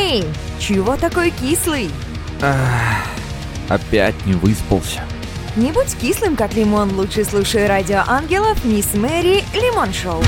Эй, чего такой кислый? Опять не выспался. Не будь кислым, как лимон, лучше слушай радио ангелов Мисс Мэри Лимон Шоу.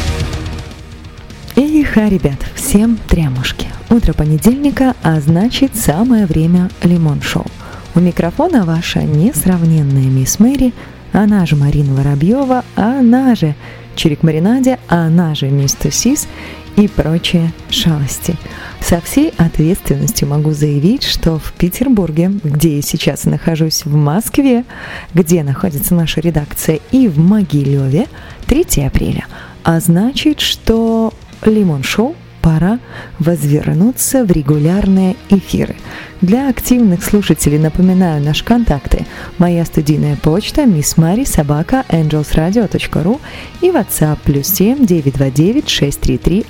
Иха, ребят, всем трямушки. Утро понедельника, а значит самое время Лимон Шоу. У микрофона ваша несравненная Мисс Мэри, она же Марина Воробьева, она же Чирик Маринаде, она же Мисс Тусис и прочие шалости. Со всей ответственностью могу заявить, что в Петербурге, где я сейчас нахожусь, в Москве, где находится наша редакция, и в Могилеве 3 апреля. А значит, что Лимон Шоу пора возвернуться в регулярные эфиры. Для активных слушателей напоминаю наши контакты. Моя студийная почта missmari@angelsradio.ru и WhatsApp +7 929 633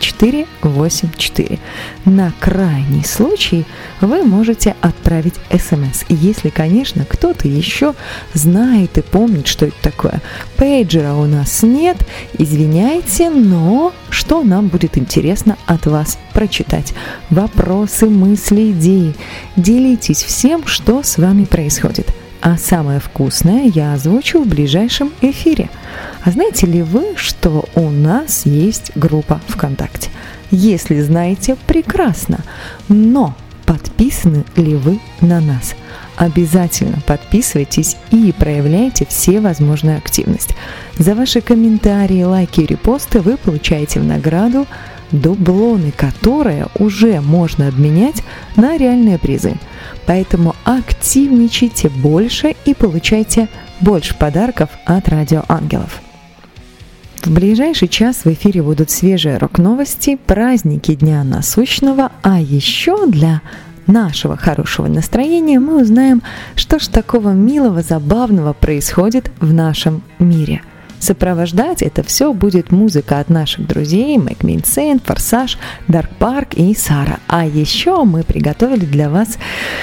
1484. На крайний случай вы можете отправить смс. Если, конечно, кто-то еще знает и помнит, что это такое. Пейджера у нас нет, извиняйте, но что нам будет интересно от вас прочитать? Вопросы, мысли, идеи. Делитесь всем, что с вами происходит. А самое вкусное я озвучу в ближайшем эфире. А знаете ли вы, что у нас есть группа ВКонтакте? Если знаете, прекрасно. Но подписаны ли вы на нас? Обязательно подписывайтесь и проявляйте всевозможную активность. За ваши комментарии, лайки и репосты вы получаете в награду дублоны, которые уже можно обменять на реальные призы. Поэтому активничайте больше и получайте больше подарков от Радио Ангелов. В ближайший час в эфире будут свежие рок-новости, праздники Дня Насущного, а еще для нашего хорошего настроения мы узнаем, что ж такого милого, забавного происходит в нашем мире. Сопровождать это все будет музыка от наших друзей Make Me Insane, Форсаж, Dark Park и Сара. А еще мы приготовили для вас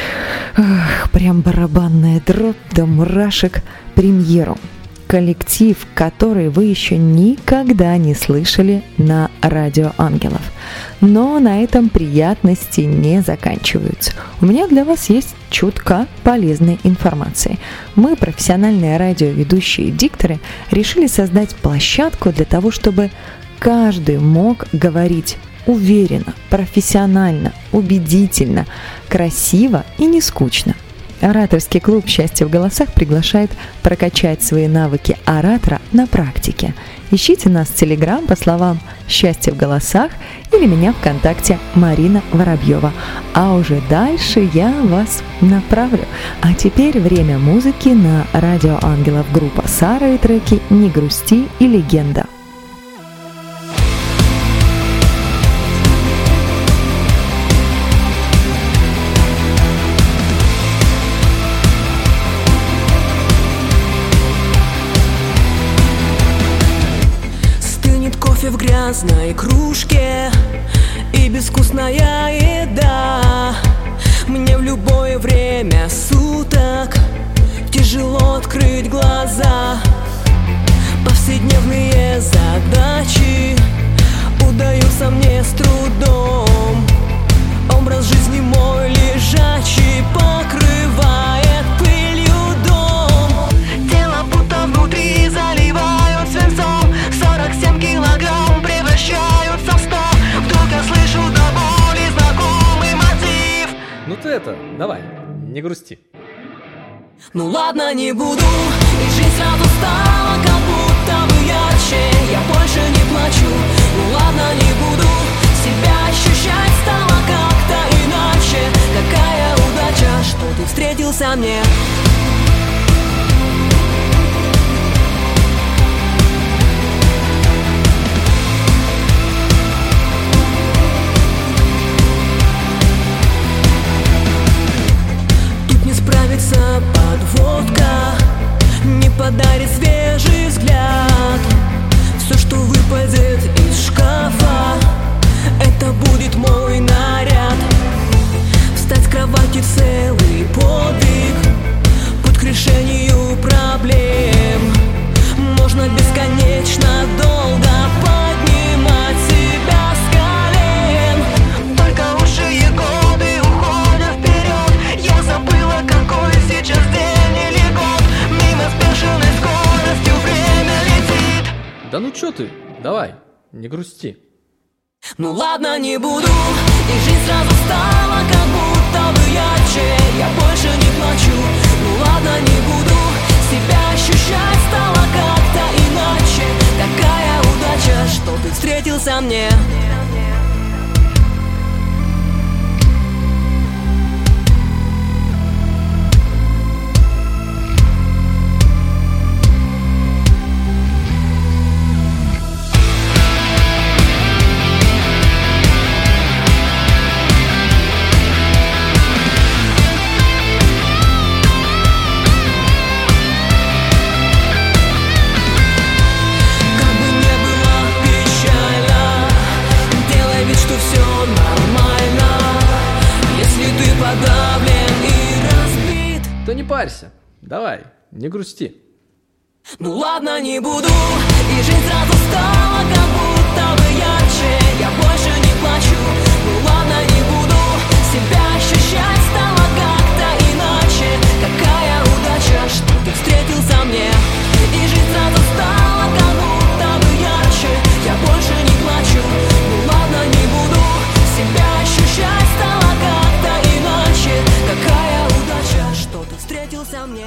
прям барабанная дробь до мурашек премьеру. Коллектив, который вы еще никогда не слышали на Радио Ангелов. Но на этом приятности не заканчиваются. У меня для вас есть чутка полезной информации. Мы, профессиональные радиоведущие и дикторы, решили создать площадку для того, чтобы каждый мог говорить уверенно, профессионально, убедительно, красиво и не скучно. Ораторский клуб «Счастье в голосах» приглашает прокачать свои навыки оратора на практике. Ищите нас в Телеграм по словам «Счастье в голосах» или меня ВКонтакте Марина Воробьева. А уже дальше я вас направлю. А теперь время музыки на Радио Ангелов. Группа Сара и треки «Не грусти» и «Легенда». В грязной кружке и безвкусная еда. Мне в любое время суток тяжело открыть глаза. Повседневные задачи удаются мне с трудом. Образ жизни мой лежачий покрывает пылью дом. Тело будто внутри заливают свинцом. 47 килограмм превращаются в 100. Вдруг я слышу до боли знакомый мотив. Ну ты это, давай, не грусти. Ну ладно, не буду. И жизнь сразу стала как будто бы ярче. Я больше не плачу. Ну ладно, не буду. Себя ощущать стало как-то иначе. Какая удача, что ты встретился мне. Справится подводка, не подарит свежий взгляд. Все, что выпадет из шкафа, это будет мой наряд. Встать с кровати целый подвиг, путь к решению проблем. Можно бесконечно долго поднимать себя с колен. Только лучше Да ну чё ты? Давай, не грусти. Ну ладно, не буду. И жизнь сразу стала как будто бы ярче. Я больше не плачу. Ну ладно, не буду. Себя ощущать стало как-то иначе. Какая удача, что ты встретился мне. Да не парься, давай, не грусти. Ну ладно, не буду. И жизнь сразу стала как будто бы ярче. Я больше не плачу. Ну ладно, не буду. Себя ощущать стало как-то иначе. Какая удача, что ты встретился мне. И жизнь сразу стала как будто бы ярче. Я больше не плачу. Ну ладно, не буду. Себя ощущать стало как-то иначе. Какая удача, что ты встретился мне.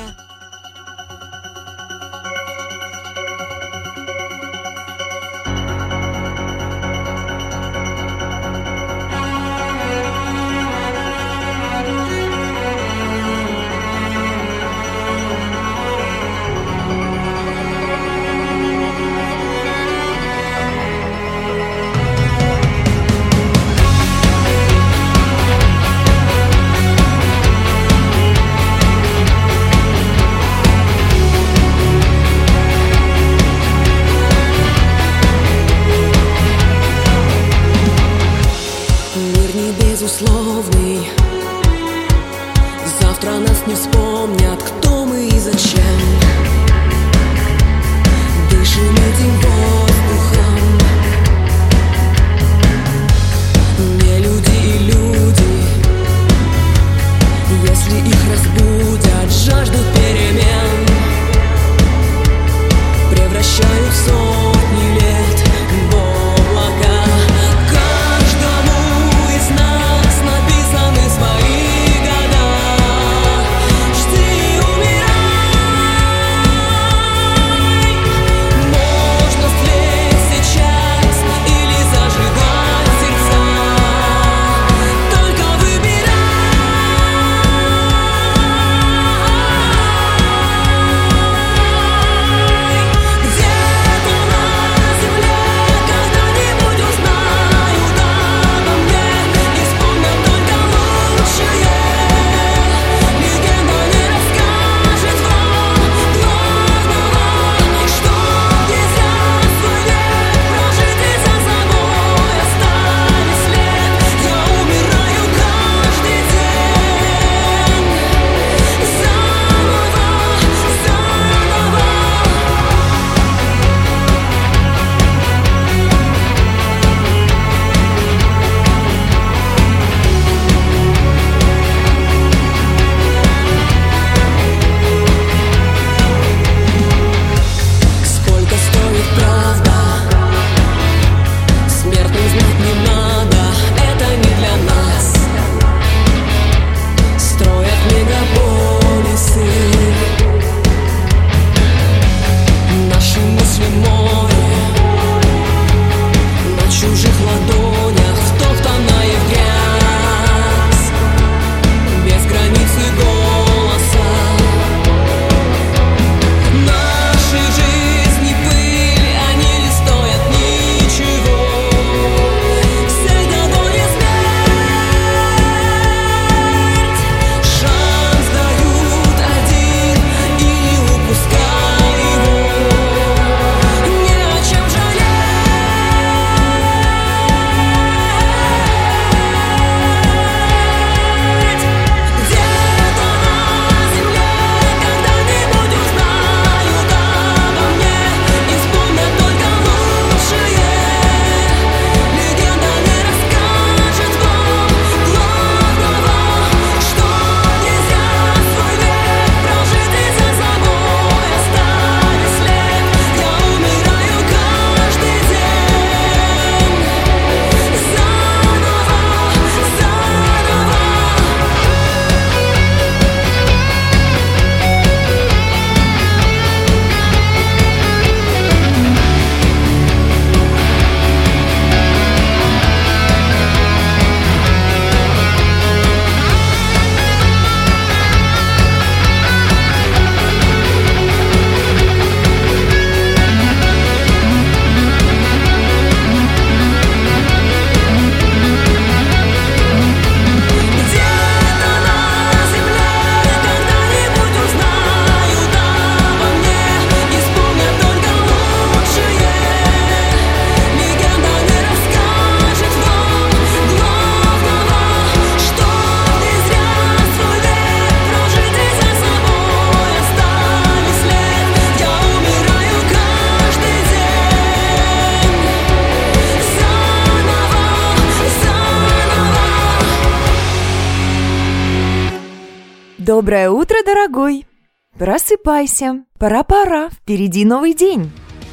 Доброе утро, дорогой! Просыпайся, пора-пора, впереди новый день.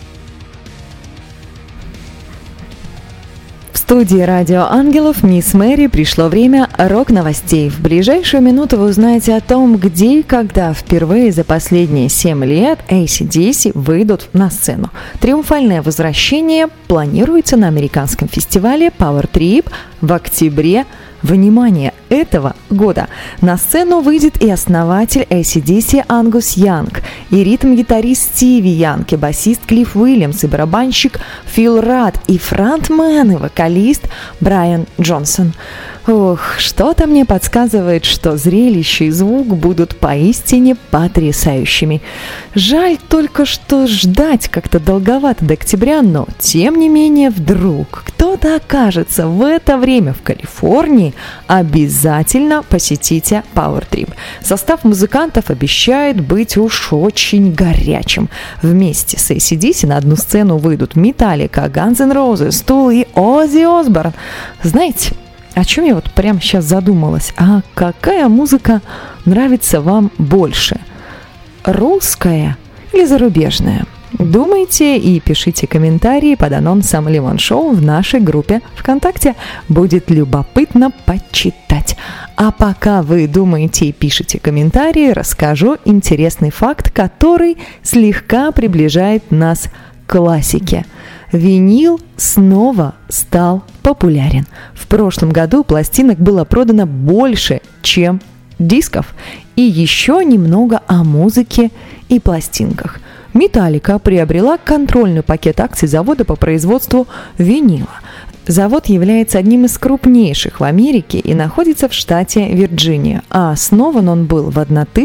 В студии «Радио Ангелов» мисс Мэри пришло время рок-новостей. В ближайшую минуту вы узнаете о том, где и когда впервые за последние 7 лет AC/DC выйдут на сцену. Триумфальное возвращение планируется на американском фестивале Power Trip в октябре. Внимание, этого года на сцену выйдет и основатель AC/DC Ангус Янг, и ритм-гитарист Стиви Янг, и басист Клифф Уильямс, и барабанщик Фил Радд, и фронтмен и вокалист Брайан Джонсон. Ох, что-то мне подсказывает, что зрелище и звук будут поистине потрясающими. Жаль только, что ждать как-то долговато до октября, но тем не менее вдруг кто-то окажется в это время в Калифорнии, обязательно посетите Power Trip. Состав музыкантов обещает быть уж очень горячим. Вместе с AC/DC на одну сцену выйдут Metallica, Guns N' Roses, Tool и Оззи Осборн. Знаете, о чем я вот прямо сейчас задумалась? А какая музыка нравится вам больше? Русская или зарубежная? Думайте и пишите комментарии под анонсом Лимон Шоу в нашей группе ВКонтакте. Будет любопытно почитать. А пока вы думаете и пишете комментарии, расскажу интересный факт, который слегка приближает нас к классике. Винил снова стал популярен. В прошлом году пластинок было продано больше, чем дисков. И еще немного о музыке и пластинках. Metallica приобрела контрольный пакет акций завода по производству винила. Завод является одним из крупнейших в Америке и находится в штате Вирджиния, а основан он был в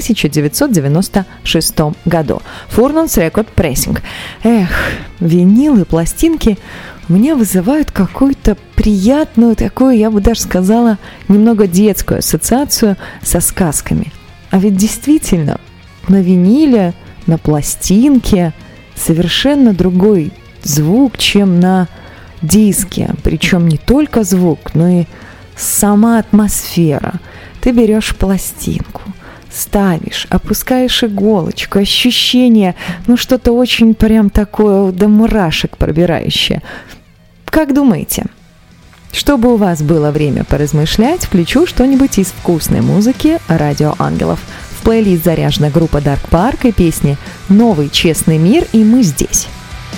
1996 году. Furnace Record Pressing. Винил и пластинки у меня вызывают какую-то приятную, такую, я бы даже сказала, немного детскую ассоциацию со сказками. А ведь действительно, на виниле, на пластинке совершенно другой звук, чем на диске. Причем не только звук, но и сама атмосфера. Ты берешь пластинку, ставишь, опускаешь иголочку, ощущение, что-то очень прям такое до мурашек пробирающее. Как думаете? Чтобы у вас было время поразмышлять, включу что-нибудь из вкусной музыки «Радио Ангелов». В плейлист заряжена группа Dark Park и песни «Новый честный мир» и «Мы здесь».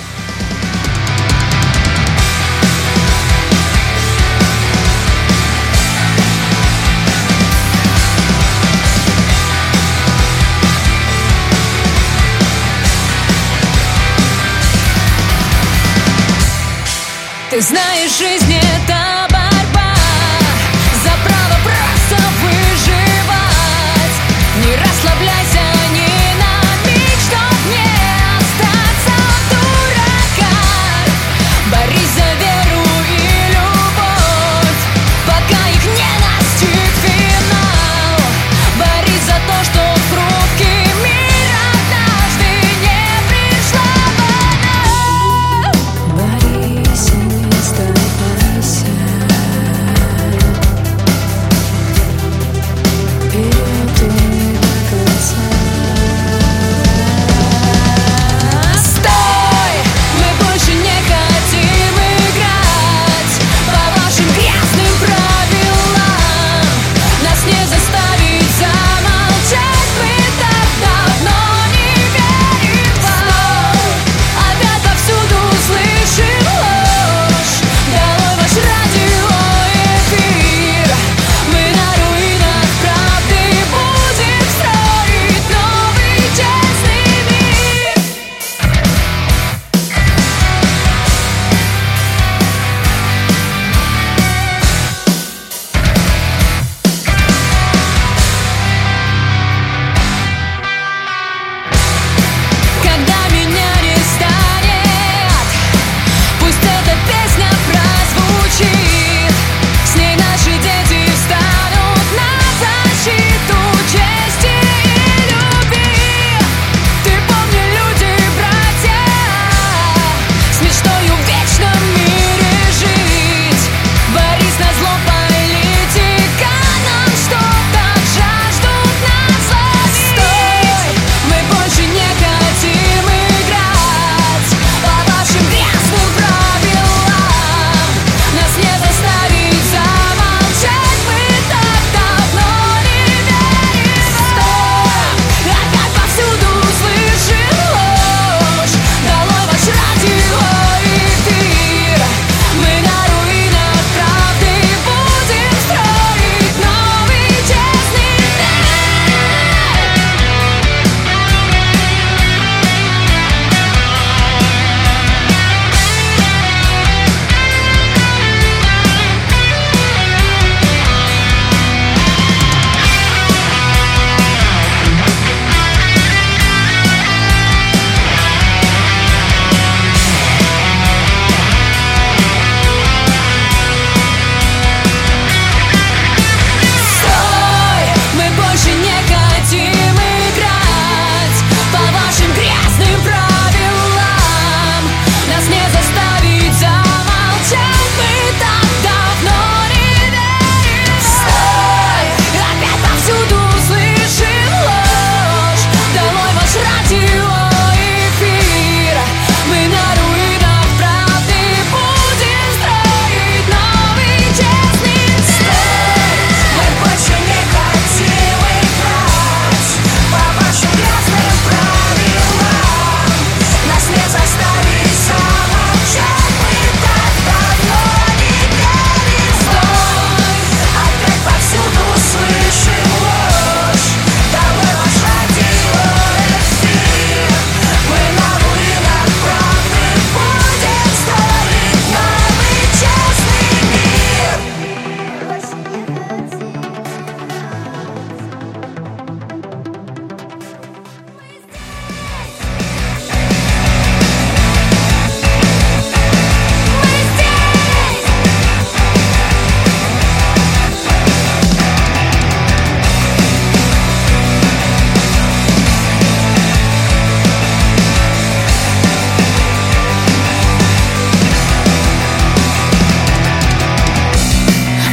Ты знаешь, жизнь это борьба за право просто выживать. Не расслабляйся ни на миг, чтоб не остаться в дураках. Борись за веру и любовь, пока их не настиг финал. Борись за то, что в хрупкий мир однажды не пришла война. Борись и не сдавайся.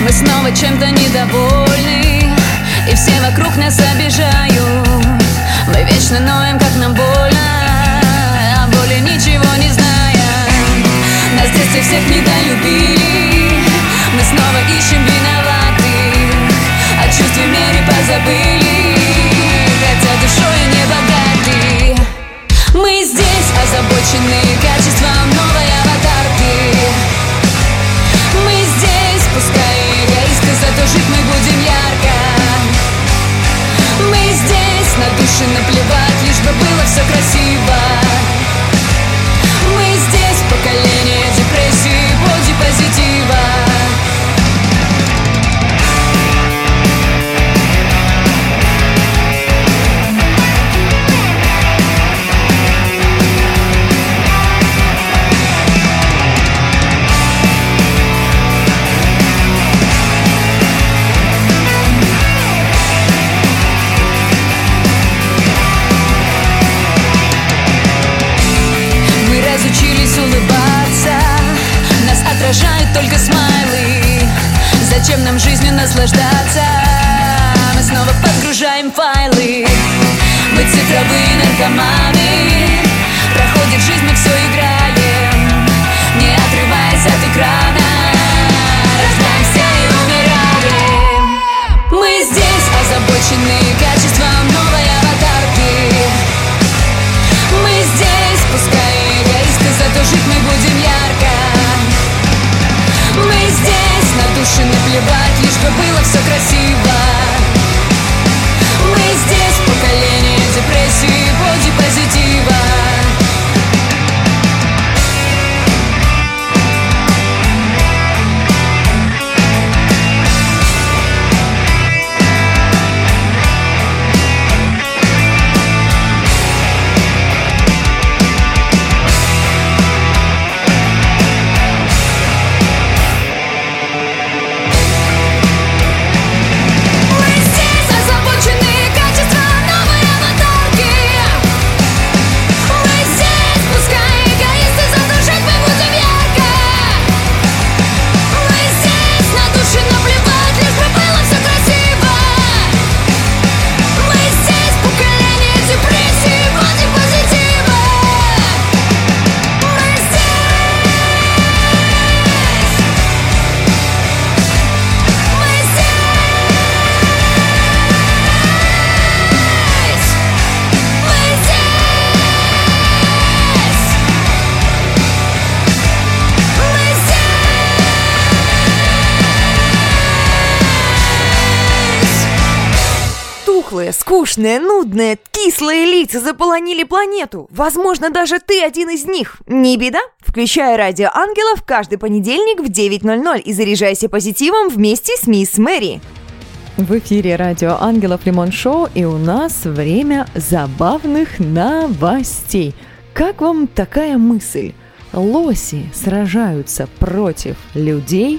Мы снова чем-то недовольны, и все вокруг нас обижают. Мы вечно ноем, как нам больно, а боли ничего не знаем. Нас в детстве всех недолюбили, мы снова ищем виноватых, о чувстве мере позабыли, хотя душой не богаты. Мы здесь озабочены качеством новой аватарки. Мы здесь, пускай эгоисты, зато жить мы будем ярко. Мы здесь, на души наплевать, лишь бы было все красиво. Мы здесь, поколение депрессии, бодипозитива. Отражают только смайлы. Зачем нам жизнью наслаждаться? Мы снова подгружаем файлы. Мы цифровые наркоманы. Проходит жизнь, мы все играем, не отрываясь от экрана. Рождаемся и умираем. Мы здесь озабочены качеством новой аватарки. Мы здесь, пускай эгоисты, зато жить мы будем ярко. Мы здесь, на души наплевать, лишь бы было все красиво. Мы здесь, поколение депрессии, бодипозитива. Скучные, нудные, кислые лица заполонили планету. Возможно, даже ты один из них. Не беда. Включай Радио Ангелов каждый понедельник в 9:00 и заряжайся позитивом вместе с мисс Мэри. В эфире Радио Ангелов Лимон Шоу, и у нас время забавных новостей. Как вам такая мысль? Лоси сражаются против людей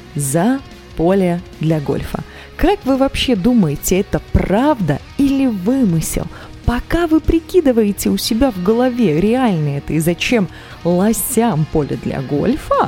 за поле для гольфа. Как вы вообще думаете, это правда или вымысел? Пока вы прикидываете у себя в голове, реально это и зачем лосям поле для гольфа,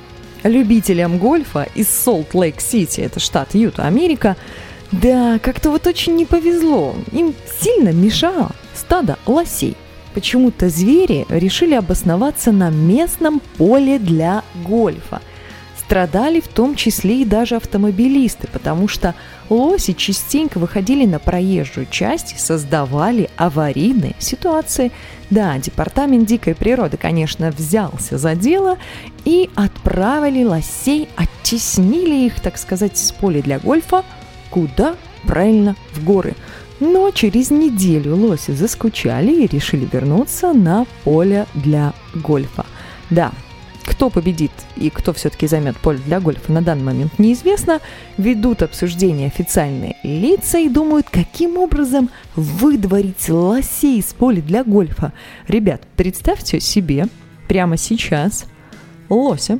любителям гольфа из Солт-Лейк-Сити, это штат Юта, Америка, да, как-то вот очень не повезло. Им сильно мешало стадо лосей. Почему-то звери решили обосноваться на местном поле для гольфа. Страдали в том числе и даже автомобилисты, потому что лоси частенько выходили на проезжую часть и создавали аварийные ситуации. Да, департамент дикой природы, конечно, взялся за дело и отправили лосей, оттеснили их, так сказать, с поля для гольфа. Куда? Правильно, в горы. Но через неделю лоси заскучали и решили вернуться на поле для гольфа. Да, кто победит и кто все-таки займет поле для гольфа, на данный момент неизвестно. Ведут обсуждения официальные лица и думают, каким образом выдворить лосей с поля для гольфа. Ребят, представьте себе прямо сейчас лося,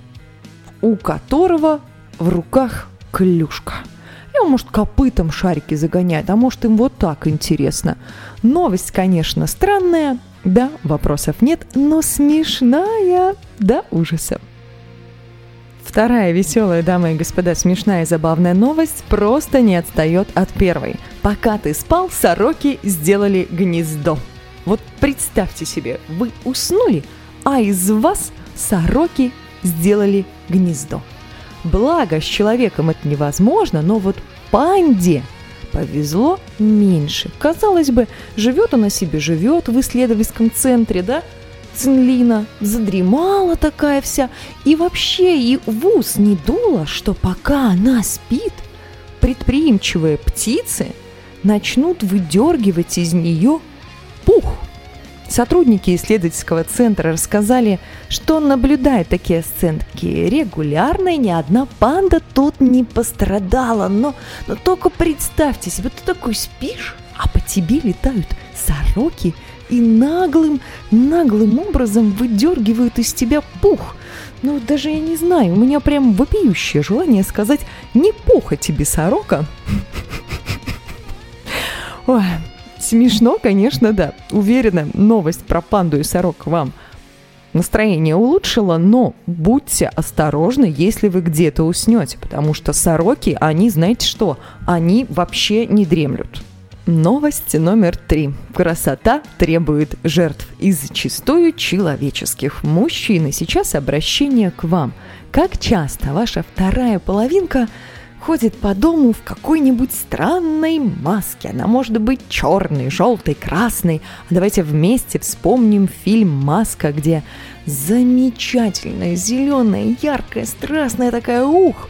у которого в руках клюшка. И он, может, копытом шарики загоняет, а может, им вот так интересно. Новость, конечно, странная. Да, вопросов нет, но смешная до ужаса. В Вторая веселая, дамы и господа, смешная и забавная новость просто не отстает от первой. Пока ты спал, сороки сделали гнездо. Вот представьте себе, вы уснули, а из вас сороки сделали гнездо. Благо, с человеком это невозможно, но вот панде повезло меньше. Казалось бы, живет она себе, живет в исследовательском центре, да? Цинлина задремала такая вся, и вообще и в ус не дуло, что пока она спит, предприимчивые птицы начнут выдергивать из нее пух. Сотрудники исследовательского центра рассказали, что наблюдают такие сценки регулярно, и ни одна панда тут не пострадала. Но только представьте себе, ты такой спишь, а по тебе летают сороки и наглым образом выдергивают из тебя пух. Ну, даже я не знаю, у меня прям вопиющее желание сказать: не пуха тебе, сорока. Ой, смешно, конечно, да. Уверена, новость про панду и сорок вам настроение улучшила, но будьте осторожны, если вы где-то уснете, потому что сороки, они, знаете что, они вообще не дремлют. Новость номер 3. Красота требует жертв, и зачастую человеческих. Мужчины, сейчас обращение к вам. Как часто ваша вторая половинка ходит по дому в какой-нибудь странной маске? Она может быть черной, желтой, красной. А давайте вместе вспомним фильм «Маска», где замечательная, зеленая, яркая, страстная такая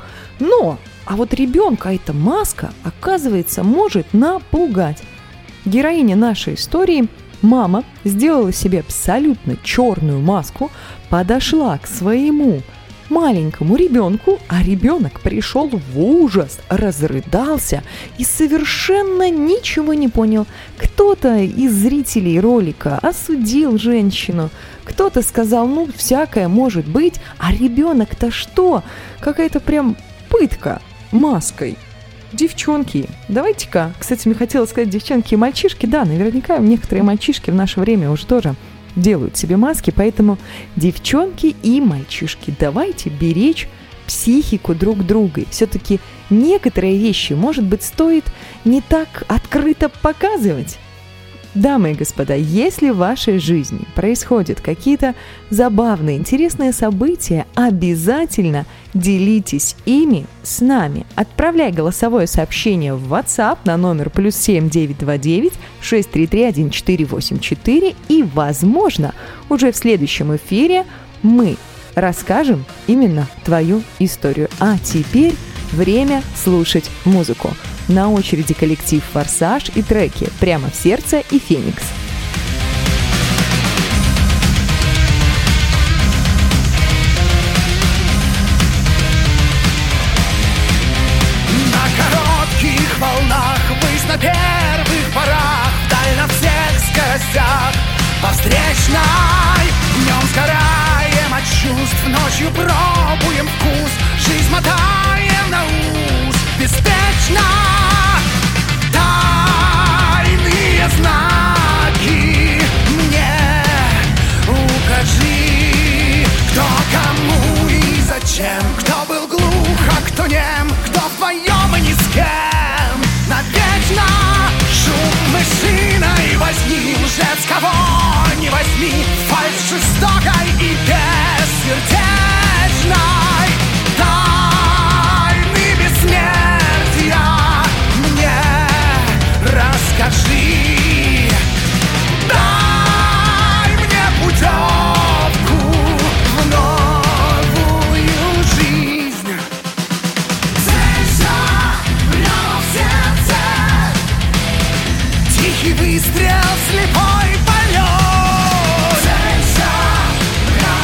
Но а вот ребенка эта маска, оказывается, может напугать. Героиня нашей истории, мама, сделала себе абсолютно черную маску, подошла к своему маленькому ребенку, а ребенок пришел в ужас, разрыдался и совершенно ничего не понял. Кто-то из зрителей ролика осудил женщину, кто-то сказал, ну, всякое может быть, а ребенок-то что? Какая-то прям пытка маской. Девчонки, давайте-ка, кстати, мне хотелось сказать девчонки и мальчишки, да, наверняка некоторые мальчишки в наше время уже тоже делают себе маски, поэтому девчонки и мальчишки, давайте беречь психику друг друга. И все-таки некоторые вещи, может быть, стоит не так открыто показывать. Дамы и господа, если в вашей жизни происходят какие-то забавные, интересные события, обязательно делитесь ими с нами. Отправляй голосовое сообщение в WhatsApp на номер +7 929 633 1484, и, возможно, уже в следующем эфире мы расскажем именно твою историю. А теперь время слушать музыку. На очереди коллектив «Форсаж» и треки «Прямо в сердце» и «Феникс». На коротких волнах, высь на первых порах, вдаль на всех скоростях, по встречной. Днем сгораем от чувств, ночью пробуем вкус, жизнь мотаем на ус, беспечно. Тайные знаки мне укажи, кто кому и зачем, кто был глух, а кто нем, кто вдвоем и ни с кем. Навечно шум мышиной возни, лжец кого не возьми, фальшь жестокой и бессердечной. Тайны бессмертия мне расскажи. Дай мне путевку в новую жизнь. Целься прямо в сердце, тихий выстрел, слепой полет. Целься прямо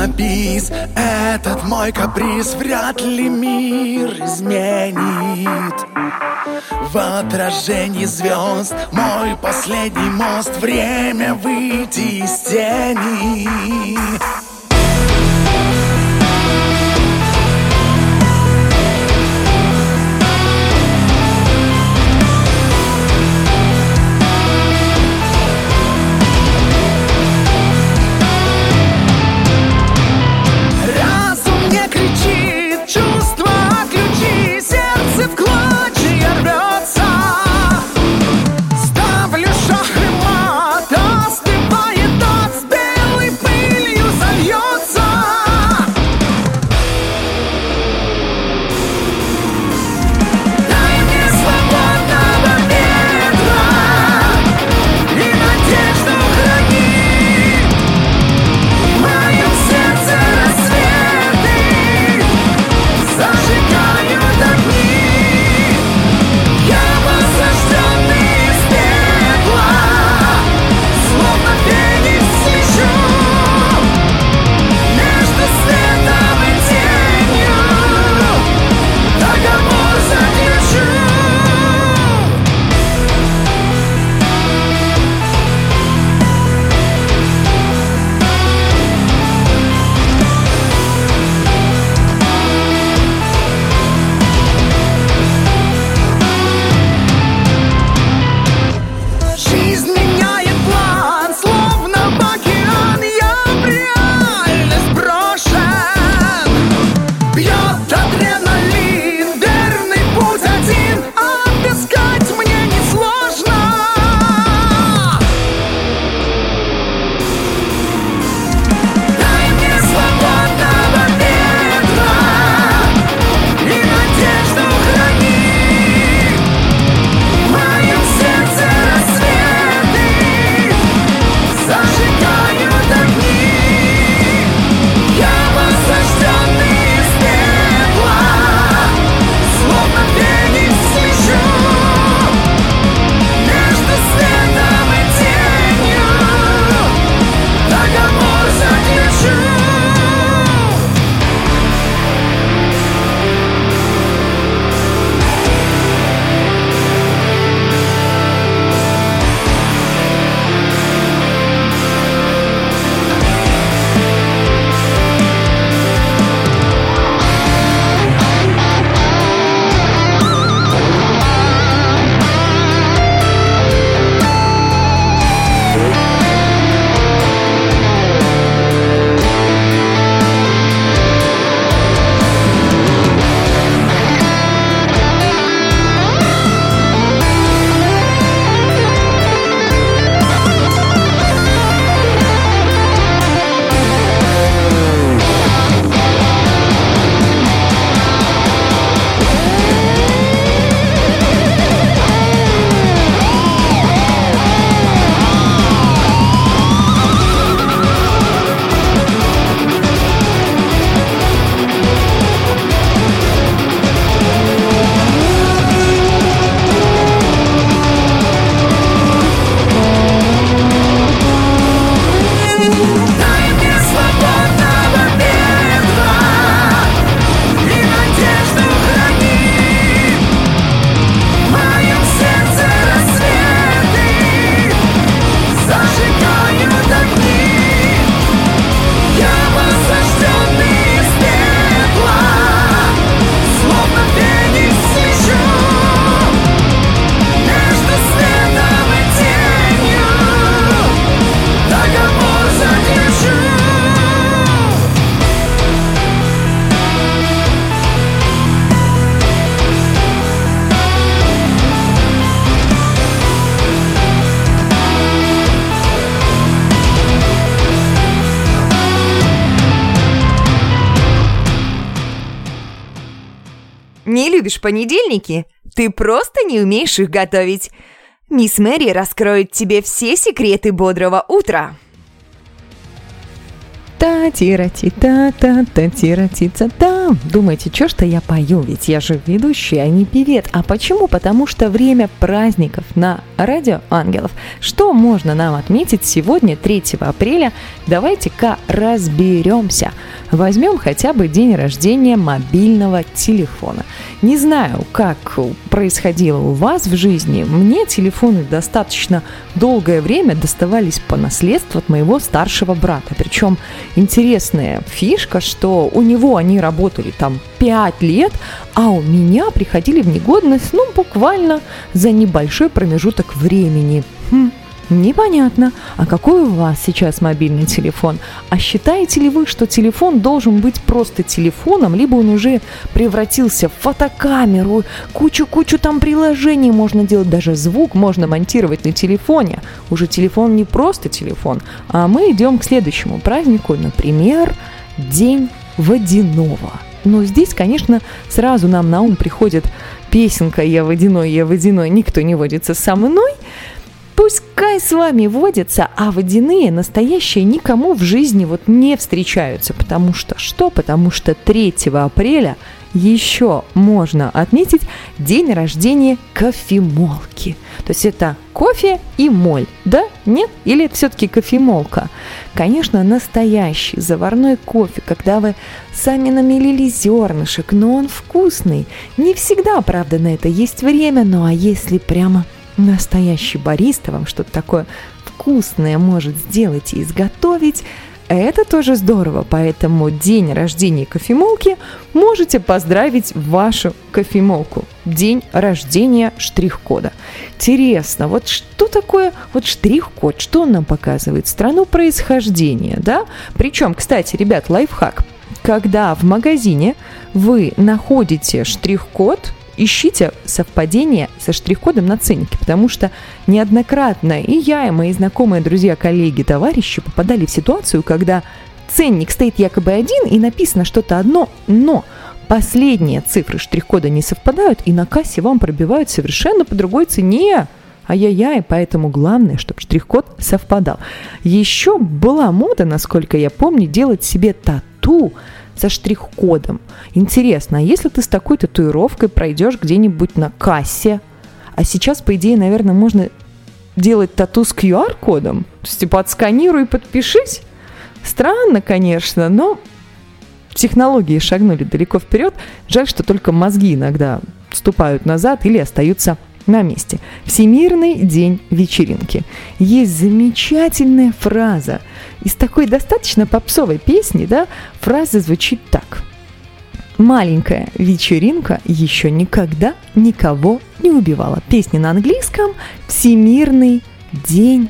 на бис. Этот мой каприз вряд ли мир изменит. В отражении звезд мой последний мост. Время выйти из тени. Не любишь понедельники? Ты просто не умеешь их готовить. Мисс Мэри раскроет тебе все секреты бодрого утра. Та-тира-ти-та-та-та-тира-ти-та-та. Думаете, что я пою? Ведь я же ведущий, а не певец. А почему? Потому что время праздников на Радио Ангелов. Что можно нам отметить сегодня, 3 апреля? Давайте-ка разберемся. Возьмем хотя бы день рождения мобильного телефона. Не знаю, как происходило у вас в жизни. Мне телефоны достаточно долгое время доставались по наследству от моего старшего брата. Причем интересная фишка, что у него они работали там 5 лет, а у меня приходили в негодность, буквально за небольшой промежуток времени. Непонятно, а какой у вас сейчас мобильный телефон? А считаете ли вы, что телефон должен быть просто телефоном, либо он уже превратился в фотокамеру, кучу там приложений можно делать, даже звук можно монтировать на телефоне. Уже телефон не просто телефон, а мы идем к следующему празднику, например, День водяного. Но здесь, конечно, сразу нам на ум приходит песенка я водяной, никто не водится со мной». Пускай с вами водятся, а водяные настоящие никому в жизни не встречаются. Потому что что? Потому что 3 апреля еще можно отметить день рождения кофемолки. То есть это кофе и моль, да? Нет? Или все-таки кофемолка? Конечно, настоящий заварной кофе, когда вы сами намелили зернышек, но он вкусный. Не всегда, правда, на это есть время, ну а если прямо настоящий бариста вам что-то такое вкусное может сделать и изготовить, это тоже здорово. Поэтому день рождения кофемолки можете поздравить вашу кофемолку. День рождения штрих-кода. Интересно, что такое штрих-код? Что он нам показывает? Страну происхождения, да? Причем, кстати, ребят, лайфхак. Когда в магазине вы находите штрих-код, ищите совпадение со штрих-кодом на ценнике, потому что неоднократно и я, и мои знакомые, друзья, коллеги, товарищи попадали в ситуацию, когда ценник стоит якобы один и написано что-то одно, но последние цифры штрих-кода не совпадают, и на кассе вам пробивают совершенно по другой цене. Ай-яй-яй, поэтому главное, чтобы штрих-код совпадал. Еще была мода, насколько я помню, делать себе тату со штрих-кодом. Интересно, а если ты с такой татуировкой пройдешь где-нибудь на кассе, а сейчас, по идее, наверное, можно делать тату с QR-кодом, то есть отсканируй и подпишись? Странно, конечно, но технологии шагнули далеко вперед. Жаль, что только мозги иногда ступают назад или остаются на месте. Всемирный день вечеринки. Есть замечательная фраза из такой достаточно попсовой песни, да? Фраза звучит так: маленькая вечеринка еще никогда никого не убивала. Песня на английском. Всемирный день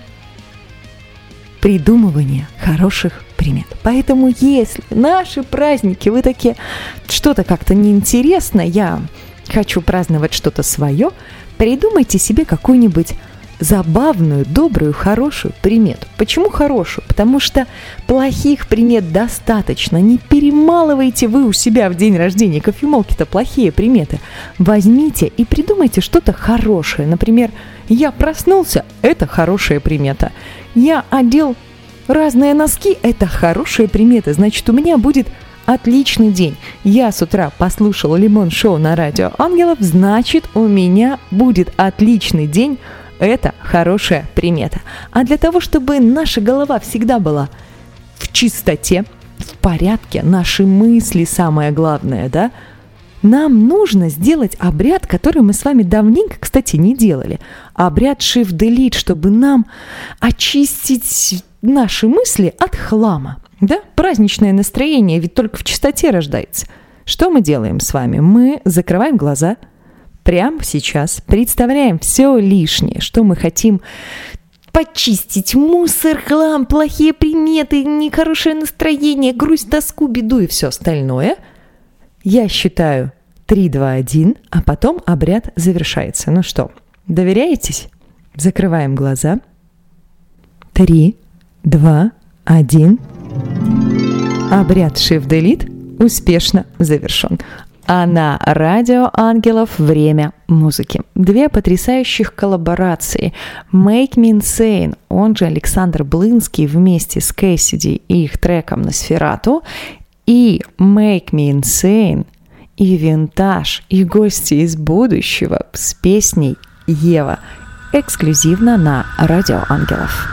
придумывания хороших примет. Поэтому если наши праздники вы такие, что-то как-то неинтересно, я хочу праздновать что-то свое, придумайте себе какую-нибудь забавную, добрую, хорошую примету. Почему хорошую? Потому что плохих примет достаточно. Не перемалывайте вы у себя в день рождения кофемолки-то плохие приметы. Возьмите и придумайте что-то хорошее. Например, я проснулся – это хорошая примета. Я одел разные носки – это хорошая примета. Значит, у меня будет отличный день. Я с утра послушала Лимон-шоу на Радио Ангелов, значит, у меня будет отличный день. Это хорошая примета. А для того, чтобы наша голова всегда была в чистоте, в порядке, наши мысли самое главное, да, нам нужно сделать обряд, который мы с вами давненько, кстати, не делали. Обряд Shift-Delete, чтобы нам очистить наши мысли от хлама. Да? Праздничное настроение ведь только в чистоте рождается. Что мы делаем с вами? Мы закрываем глаза прямо сейчас, представляем все лишнее, что мы хотим почистить. Мусор, хлам, плохие приметы, нехорошее настроение, грусть, тоску, беду и все остальное. Я считаю 3, 2, 1, а потом обряд завершается. Ну что, доверяетесь? Закрываем глаза. 3, 2, 1. Обряд Shift-Delete успешно завершен. А на Радио Ангелов время музыки. Две потрясающих коллаборации. Make Me Insane, он же Александр Блинский вместе с Кэссиди и их треком Носферату, и Make Me Insane и Винтаж, и гости из будущего с песней Ева. Эксклюзивно на Радио Ангелов.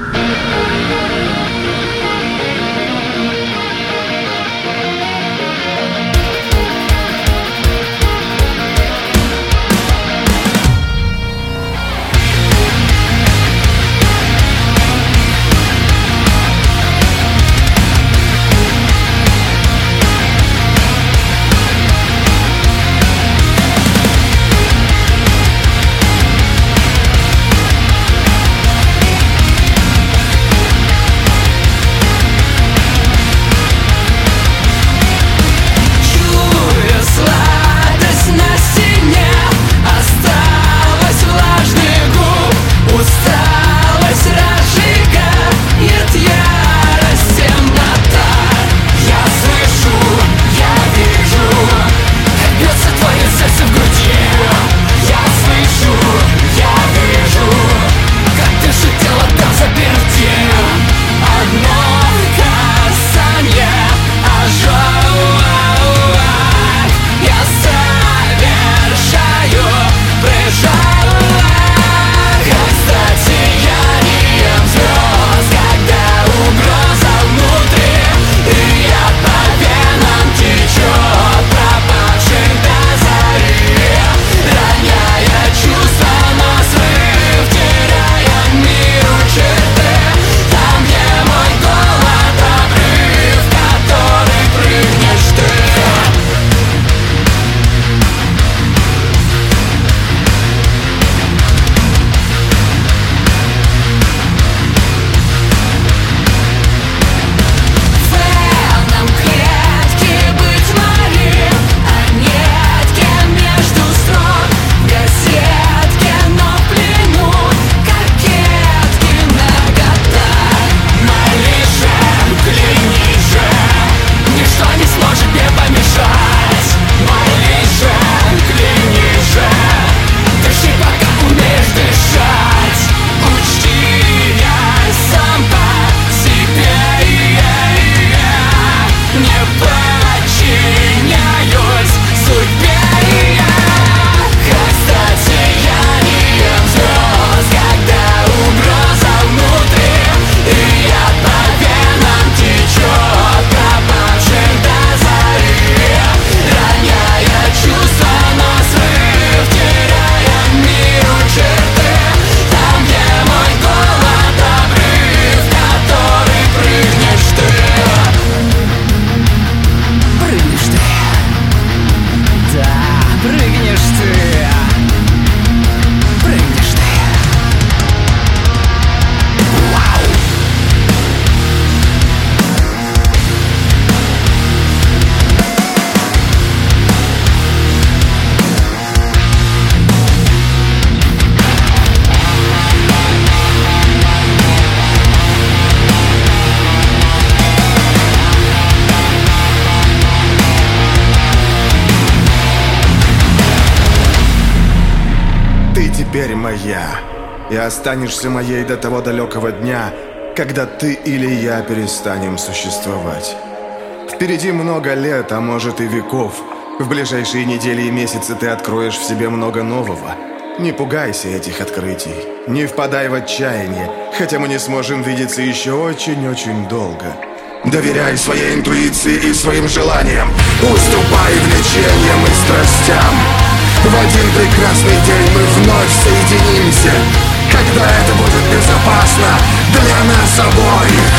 Теперь моя, и останешься моей до того далекого дня, когда ты или я перестанем существовать. Впереди много лет, а может и веков. В ближайшие недели и месяцы ты откроешь в себе много нового. Не пугайся этих открытий, не впадай в отчаяние, хотя мы не сможем видеться еще очень-очень долго. Доверяй своей интуиции и своим желаниям, уступай влечениям и страстям. В один прекрасный день мы вновь соединимся, когда это будет безопасно для нас обоих.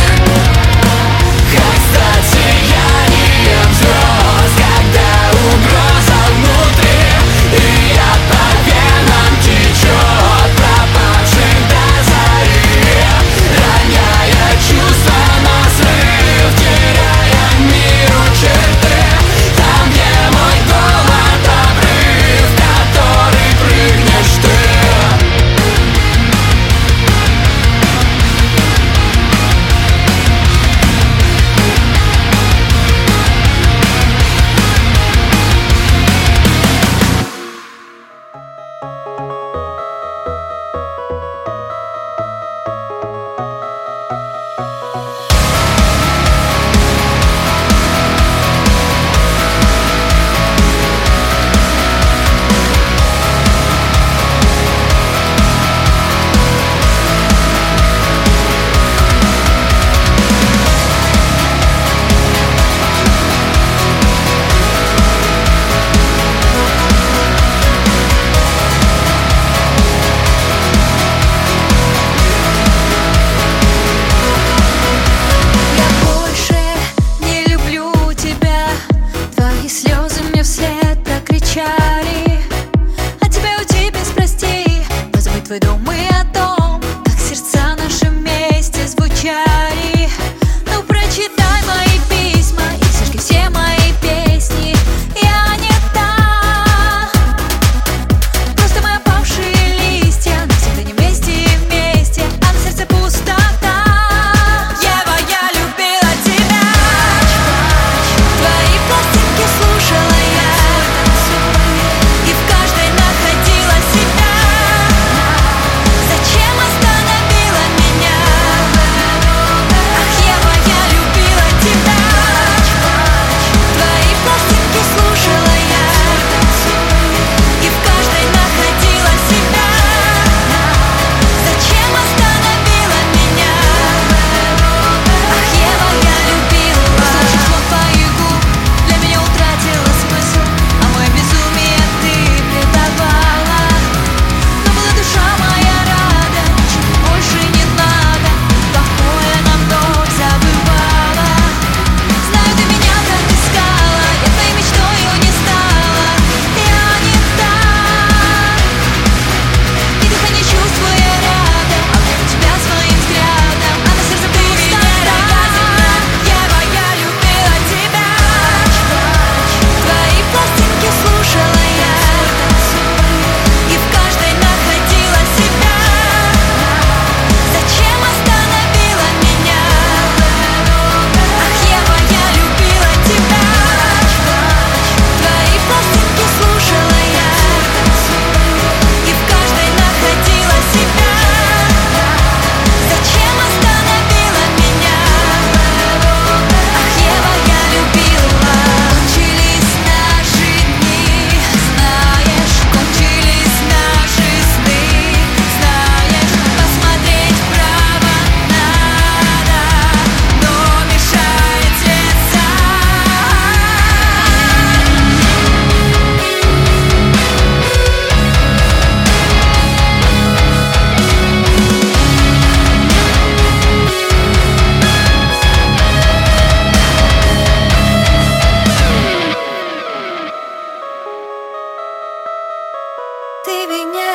Кстати, я не взрослый, когда угроза внутри, и яд по венам течет, пропавший до зари, роняя чувства на срыв, теряя миру черты. Там, где мой голод обрыв, в который прыгнешь ты.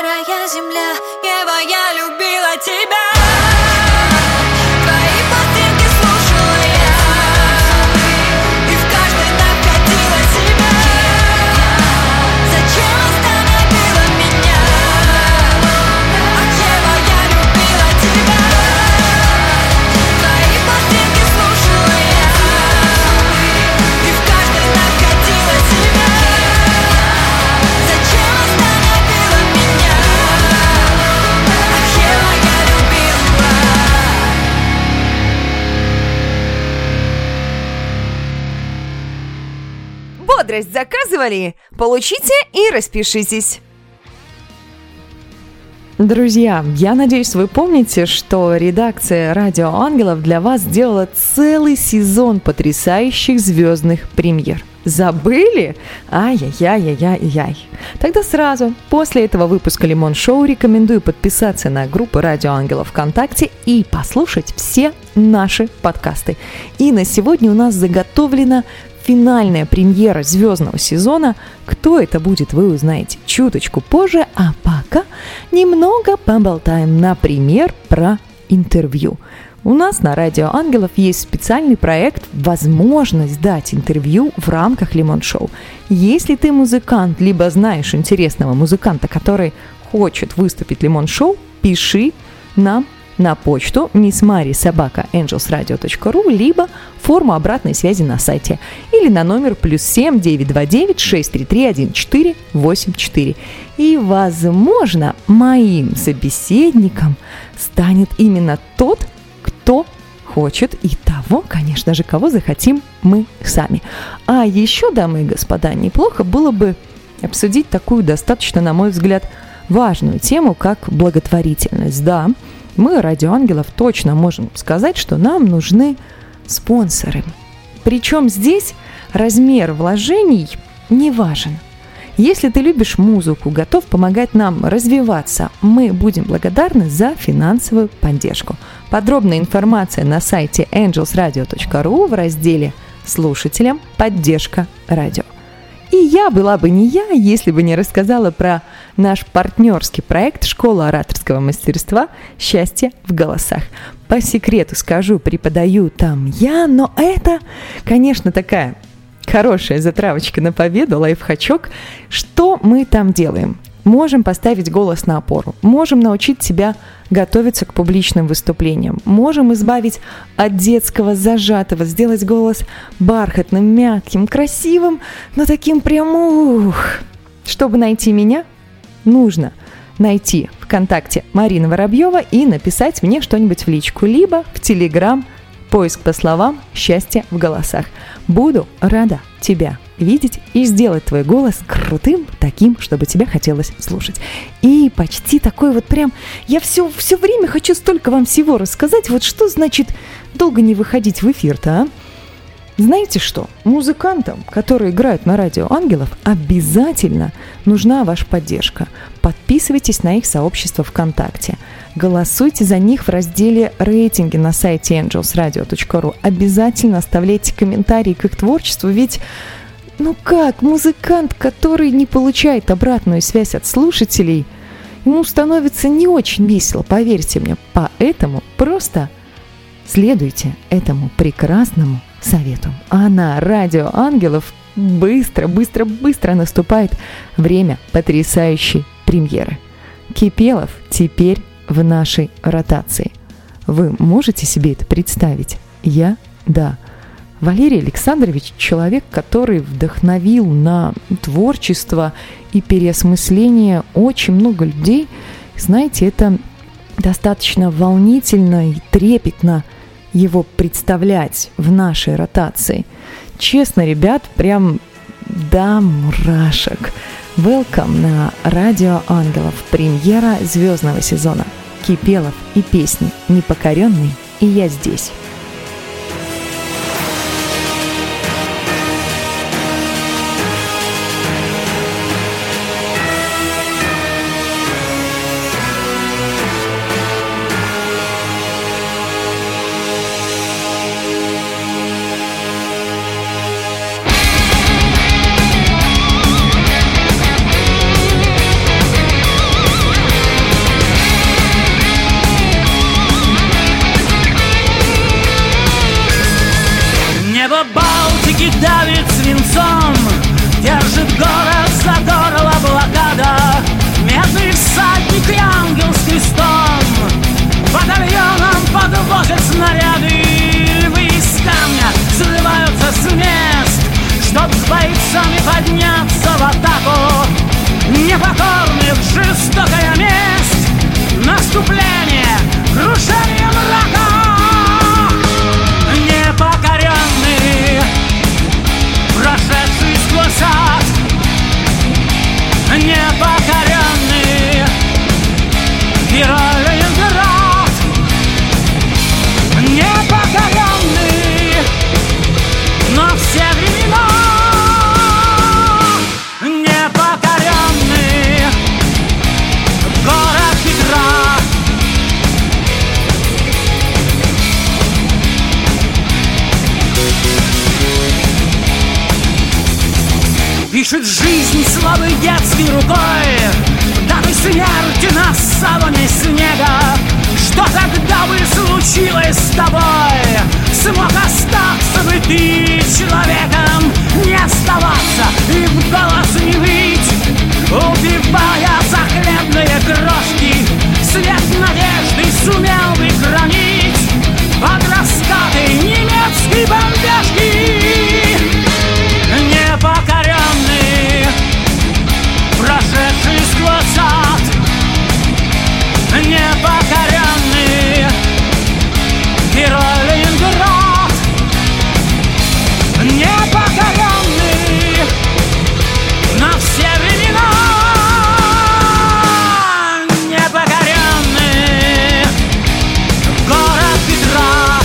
серая земля. Ева, я любила тебя. Твои пластинки слушала я, и в каждой находила себя. Зачем остановила меня? Ах, Ева, я любила тебя. Твои пластинки слушала я, и в каждой находила себя. Зачем остановила меня? Ах, Ева, я любила. Бодрость заказывали? Получите и распишитесь. Друзья, я надеюсь, вы помните, что редакция «Радио Ангелов» для вас сделала целый сезон потрясающих звездных премьер. Забыли? Ай-яй-яй-яй-яй. Тогда сразу, после этого выпуска «Лимон Шоу», рекомендую подписаться на группу «Радио Ангелов» ВКонтакте и послушать все наши подкасты. И на сегодня у нас заготовлена финальная премьера звездного сезона. Кто это будет, вы узнаете чуточку позже, а пока немного поболтаем, например, про интервью. У нас на Радио Ангелов есть специальный проект «Возможность дать интервью» в рамках Лимон Шоу. Если ты музыкант, либо знаешь интересного музыканта, который хочет выступить в Лимон Шоу, пиши нам на почту missmari@angelsradio.ru, либо форму обратной связи на сайте, или на номер +7 929 633 1484. И, возможно, моим собеседником станет именно тот, кто хочет, и того, конечно же, кого захотим мы сами. А еще, дамы и господа, неплохо было бы обсудить такую достаточно, на мой взгляд, важную тему, как благотворительность. Да, мы, Радио Ангелов, точно можем сказать, что нам нужны спонсоры. Причем здесь размер вложений не важен. Если ты любишь музыку, готов помогать нам развиваться, мы будем благодарны за финансовую поддержку. Подробная информация на сайте angelsradio.ru в разделе «Слушателям. Поддержка радио». И я была бы не я, если бы не рассказала про наш партнерский проект «Школа ораторского мастерства. Счастье в голосах». По секрету скажу, преподаю там я, но это, конечно, такая хорошая затравочка на победу, лайфхачок. Что мы там делаем? Можем поставить голос на опору, можем научить тебя готовиться к публичным выступлениям, можем избавить от детского зажатого, сделать голос бархатным, мягким, красивым, но таким прям Чтобы найти меня, нужно найти ВКонтакте Марина Воробьева и написать мне что-нибудь в личку, либо в Телеграм поиск по словам «Счастье в голосах». Буду рада тебя видеть и сделать твой голос крутым, таким, чтобы тебя хотелось слушать. И почти такой вот прям... Я все время хочу столько вам всего рассказать. Вот что значит долго не выходить в эфир-то, а? Знаете что? Музыкантам, которые играют на Радио Ангелов, обязательно нужна ваша поддержка. Подписывайтесь на их сообщество ВКонтакте. Голосуйте за них в разделе «Рейтинги» на сайте angelsradio.ru. Обязательно оставляйте комментарии к их творчеству, ведь, как музыкант, который не получает обратную связь от слушателей, ему становится не очень весело, поверьте мне. Поэтому просто следуйте этому прекрасному совету. А на Радио Ангелов быстро наступает время потрясающей премьеры. Кипелов теперь в нашей ротации. Вы можете себе это представить? Я – да. Валерий Александрович – человек, который вдохновил на творчество и переосмысление очень много людей. Знаете, это достаточно волнительно и трепетно его представлять в нашей ротации. Честно, ребят, прям до мурашек. Welcome на Радио Ангелов. Премьера звездного сезона. Кипелов и песни «Непокоренный» и «Я здесь». Машет жизнь слабой детской рукой, датой смерти на саване снега. Что тогда бы случилось с тобой? Смог остаться бы ты человеком, не оставаться и в голос не выть, убивая за хлебные крошки. Свет надежды сумел бы хранить под раскаты немецкой бомбежки. Непокоренный, прошедший сквозь ад, непокоренный герой Ленинград, непокоренный на все времена, непокоренный город Петра.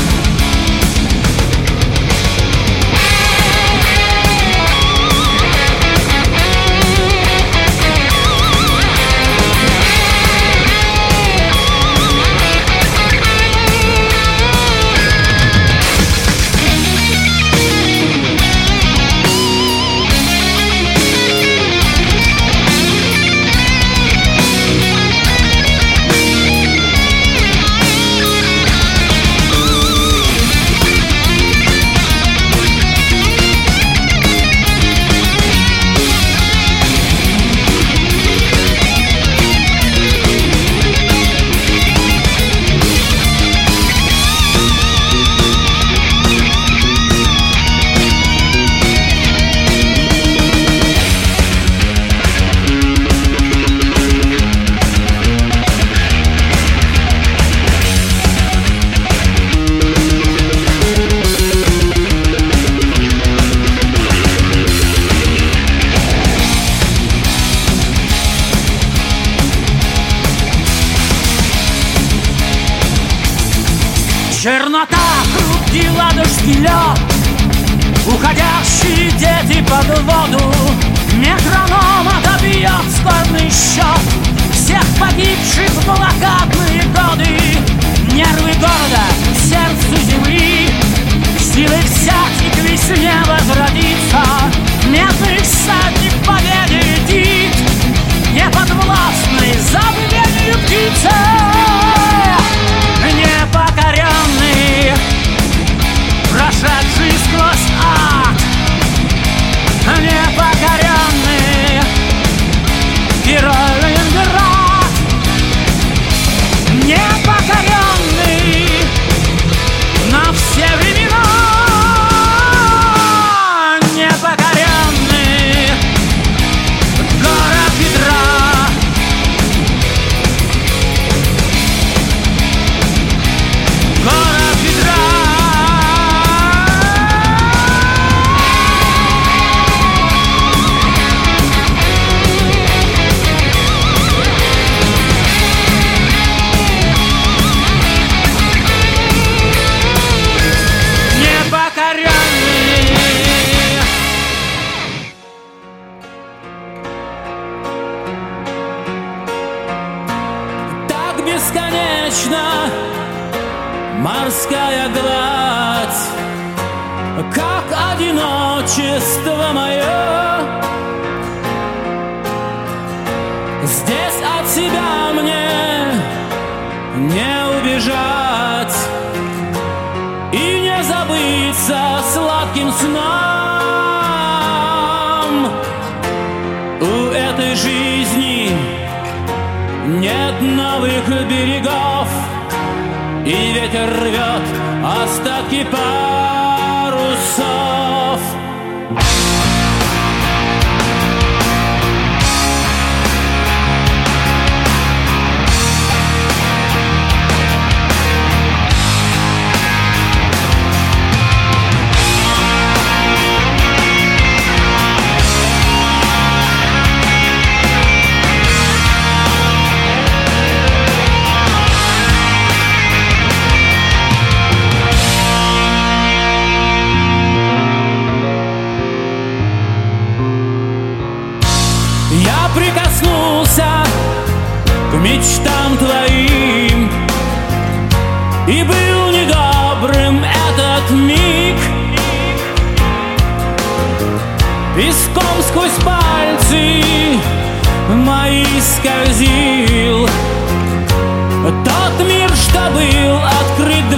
Чернота, хрупкий ладожский лед, уходящие дети под воду. Метроном отобьет скорбный счет всех погибших в блокадные годы. Нервы города к сердцу земли, силы взять и к весне возродиться. Медный всадник в победе летит, неподвластный забвению птицы. Непокоренный, прошедший сквозь ад, непокоренный герой Ленинград, непокоренный на все времена, непокоренный город Петра. Бесконечно морская гладь, как одиночество мое. Здесь от себя мне не убежать и не забыться сладким сном. У этой жизни нет новых берегов, и ветер рвет остатки парусов. Прикоснулся к мечтам твоим, и был недобрым этот миг. Песком сквозь часы мои скользил тот мир, что был открыт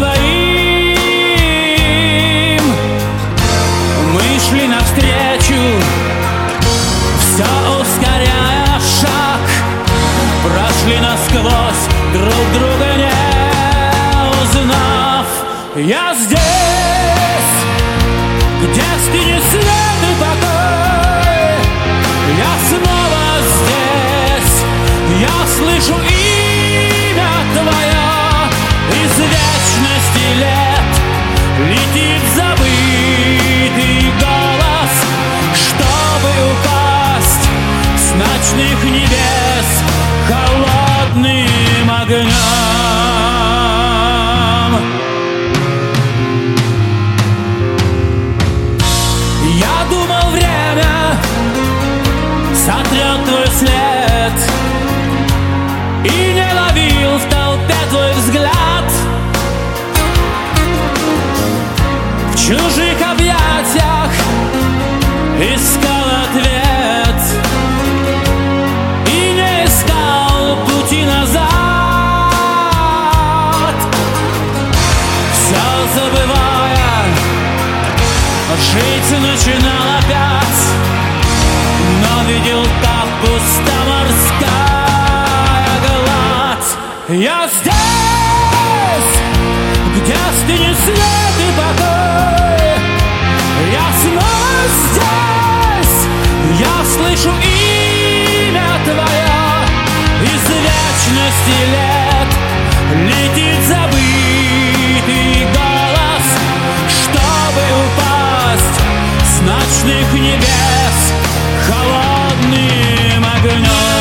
двоим. Мы шли навстречу, все ускоряя шаг, прошли насквозь, друг друга не узнав. Я здесь, где стынет свет и покой. Я снова здесь, я слышу имя твое. Из вечности лет летит забытый голос, чтобы упасть с ночных небес холодным огнем. Я думал, время сотрет твой след, и не ловил в толпе твой взгляд. В чужих объятиях искал ответ и не искал пути назад. Все забывая, жить начинал опять, но видел так пусто морская гладь. Я здесь, где стынет свет и покой. Я снова здесь, я слышу имя твое. Из вечности лет летит забытый голос, чтобы упасть с ночных небес холодным огнем.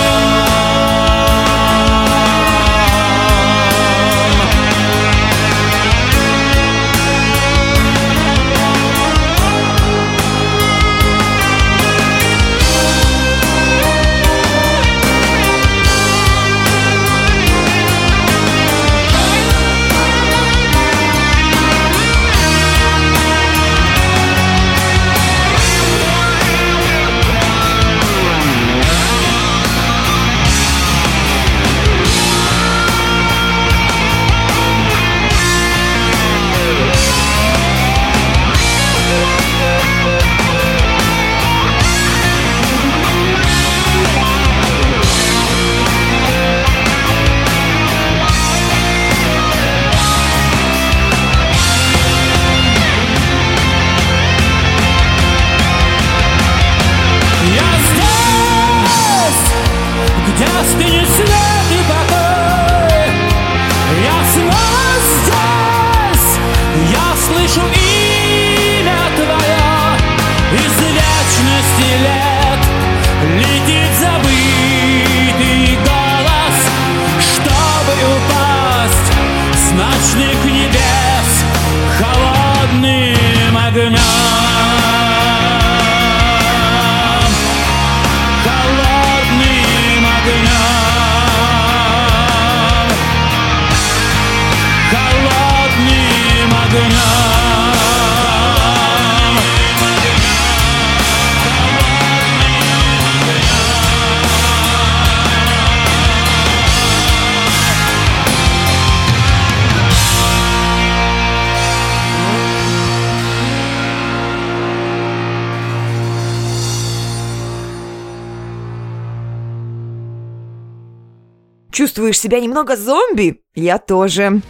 Чувствуешь себя немного зомби? Я тоже.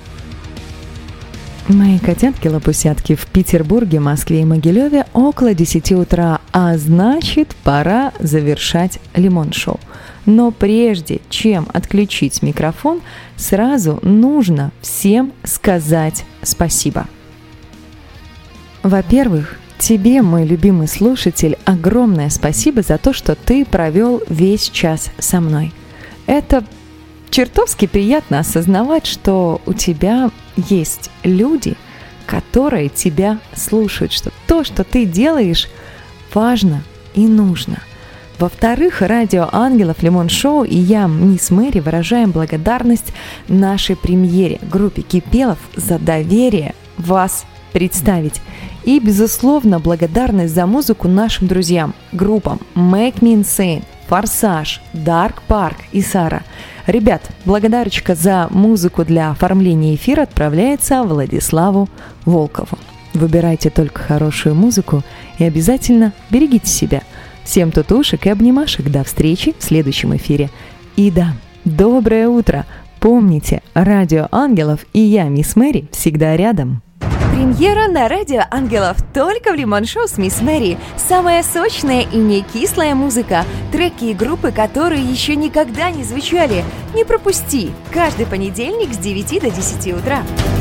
Мои котятки-лопусятки в Петербурге, Москве и Могилеве около 10 утра, а значит, пора завершать Лимон-шоу. Но прежде чем отключить микрофон, сразу нужно всем сказать спасибо. Во-первых, тебе, мой любимый слушатель, огромное спасибо за то, что ты провел весь час со мной. Это чертовски приятно осознавать, что у тебя есть люди, которые тебя слушают, что то, что ты делаешь, важно и нужно. Во-вторых, радио Ангелов, Лимон-шоу и я, мисс Мэри, выражаем благодарность нашей премьере, группе Кипелов, за доверие вас представить. И, безусловно, благодарность за музыку нашим друзьям, группам Make Me Insane, «Форсаж», «Дарк Парк» и «Сара». Ребят, благодарочка за музыку для оформления эфира отправляется Владиславу Волкову. Выбирайте только хорошую музыку и обязательно берегите себя. Всем тутушек и обнимашек. До встречи в следующем эфире. И да, доброе утро! Помните, Радио Ангелов и я, мисс Мэри, всегда рядом. Премьера на Радио Ангелов только в Лимон-шоу с мисс Мэри. Самая сочная и не кислая музыка. Треки и группы, которые еще никогда не звучали. Не пропусти! Каждый понедельник с 9 до 10 утра.